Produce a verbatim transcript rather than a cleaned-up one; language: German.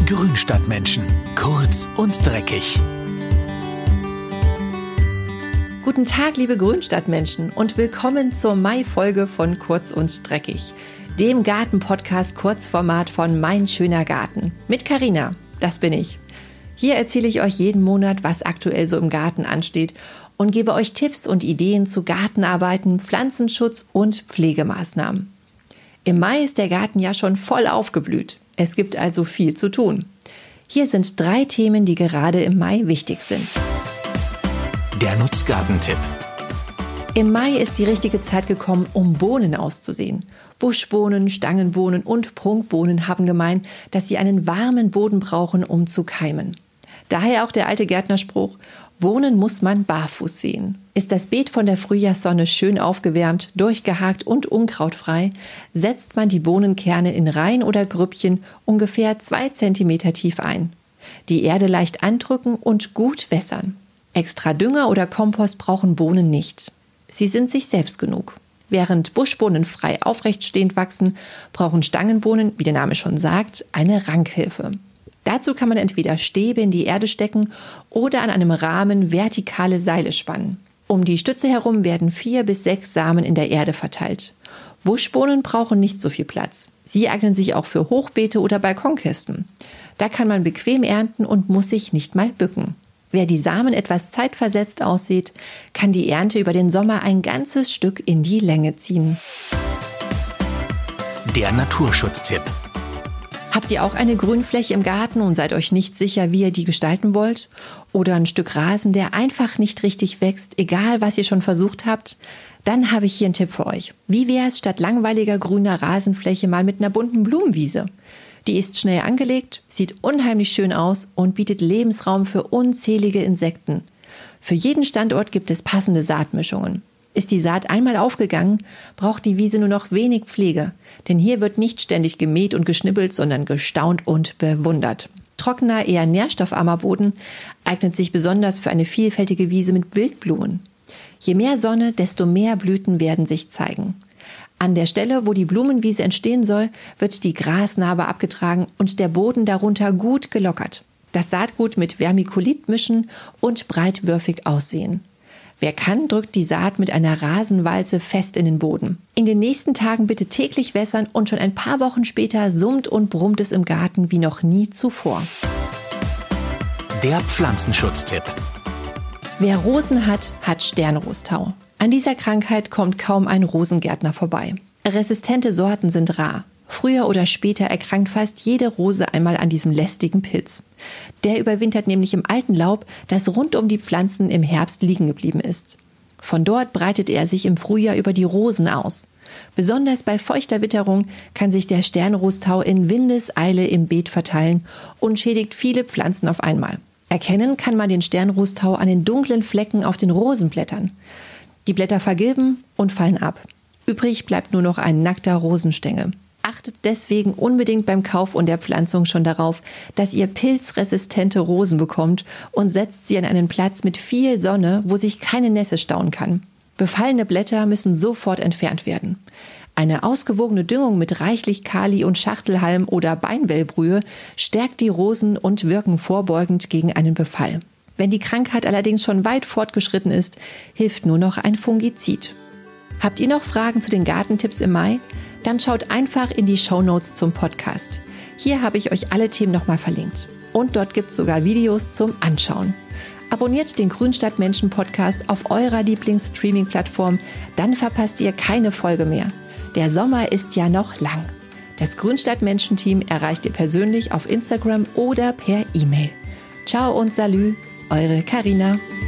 Grünstadtmenschen. Kurz und dreckig. Guten Tag, liebe Grünstadtmenschen, und willkommen zur Mai-Folge von Kurz und dreckig, dem Garten-Podcast Kurzformat von Mein schöner Garten. Mit Carina, das bin ich. Hier erzähle ich euch jeden Monat, was aktuell so im Garten ansteht und gebe euch Tipps und Ideen zu Gartenarbeiten, Pflanzenschutz und Pflegemaßnahmen. Im Mai ist der Garten ja schon voll aufgeblüht. Es gibt also viel zu tun. Hier sind drei Themen, die gerade im Mai wichtig sind. Der Nutzgartentipp. Im Mai ist die richtige Zeit gekommen, um Bohnen auszusehen. Buschbohnen, Stangenbohnen und Prunkbohnen haben gemein, dass sie einen warmen Boden brauchen, um zu keimen. Daher auch der alte Gärtnerspruch: Bohnen muss man barfuß sehen. Ist das Beet von der Frühjahrssonne schön aufgewärmt, durchgehakt und unkrautfrei, setzt man die Bohnenkerne in Reihen oder Grüppchen ungefähr zwei Zentimeter tief ein. Die Erde leicht andrücken und gut wässern. Extra Dünger oder Kompost brauchen Bohnen nicht. Sie sind sich selbst genug. Während Buschbohnen frei aufrechtstehend wachsen, brauchen Stangenbohnen, wie der Name schon sagt, eine Rankhilfe. Dazu kann man entweder Stäbe in die Erde stecken oder an einem Rahmen vertikale Seile spannen. Um die Stütze herum werden vier bis sechs Samen in der Erde verteilt. Buschbohnen brauchen nicht so viel Platz. Sie eignen sich auch für Hochbeete oder Balkonkästen. Da kann man bequem ernten und muss sich nicht mal bücken. Wer die Samen etwas zeitversetzt aussät, kann die Ernte über den Sommer ein ganzes Stück in die Länge ziehen. Der Naturschutztipp. Habt ihr auch eine Grünfläche im Garten und seid euch nicht sicher, wie ihr die gestalten wollt? Oder ein Stück Rasen, der einfach nicht richtig wächst, egal was ihr schon versucht habt? Dann habe ich hier einen Tipp für euch. Wie wäre es statt langweiliger grüner Rasenfläche mal mit einer bunten Blumenwiese? Die ist schnell angelegt, sieht unheimlich schön aus und bietet Lebensraum für unzählige Insekten. Für jeden Standort gibt es passende Saatmischungen. Ist die Saat einmal aufgegangen, braucht die Wiese nur noch wenig Pflege. Denn hier wird nicht ständig gemäht und geschnippelt, sondern gestaunt und bewundert. Trockener, eher nährstoffarmer Boden eignet sich besonders für eine vielfältige Wiese mit Wildblumen. Je mehr Sonne, desto mehr Blüten werden sich zeigen. An der Stelle, wo die Blumenwiese entstehen soll, wird die Grasnarbe abgetragen und der Boden darunter gut gelockert. Das Saatgut mit Vermiculit mischen und breitwürfig aussehen. Wer kann, drückt die Saat mit einer Rasenwalze fest in den Boden. In den nächsten Tagen bitte täglich wässern und schon ein paar Wochen später summt und brummt es im Garten wie noch nie zuvor. Der Pflanzenschutztipp. Wer Rosen hat, hat Sternrostau. An dieser Krankheit kommt kaum ein Rosengärtner vorbei. Resistente Sorten sind rar. Früher oder später erkrankt fast jede Rose einmal an diesem lästigen Pilz. Der überwintert nämlich im alten Laub, das rund um die Pflanzen im Herbst liegen geblieben ist. Von dort breitet er sich im Frühjahr über die Rosen aus. Besonders bei feuchter Witterung kann sich der Sternrostau in Windeseile im Beet verteilen und schädigt viele Pflanzen auf einmal. Erkennen kann man den Sternrostau an den dunklen Flecken auf den Rosenblättern. Die Blätter vergilben und fallen ab. Übrig bleibt nur noch ein nackter Rosenstängel. Achtet deswegen unbedingt beim Kauf und der Pflanzung schon darauf, dass ihr pilzresistente Rosen bekommt und setzt sie an einen Platz mit viel Sonne, wo sich keine Nässe stauen kann. Befallene Blätter müssen sofort entfernt werden. Eine ausgewogene Düngung mit reichlich Kali und Schachtelhalm oder Beinwellbrühe stärkt die Rosen und wirken vorbeugend gegen einen Befall. Wenn die Krankheit allerdings schon weit fortgeschritten ist, hilft nur noch ein Fungizid. Habt ihr noch Fragen zu den Gartentipps im Mai? Dann schaut einfach in die Shownotes zum Podcast. Hier habe ich euch alle Themen nochmal verlinkt. Und dort gibt es sogar Videos zum Anschauen. Abonniert den Grünstadtmenschen-Podcast auf eurer Lieblings-Streaming-Plattform, dann verpasst ihr keine Folge mehr. Der Sommer ist ja noch lang. Das Grünstadtmenschen-Team erreicht ihr persönlich auf Instagram oder per E-Mail. Ciao und Salü, eure Carina.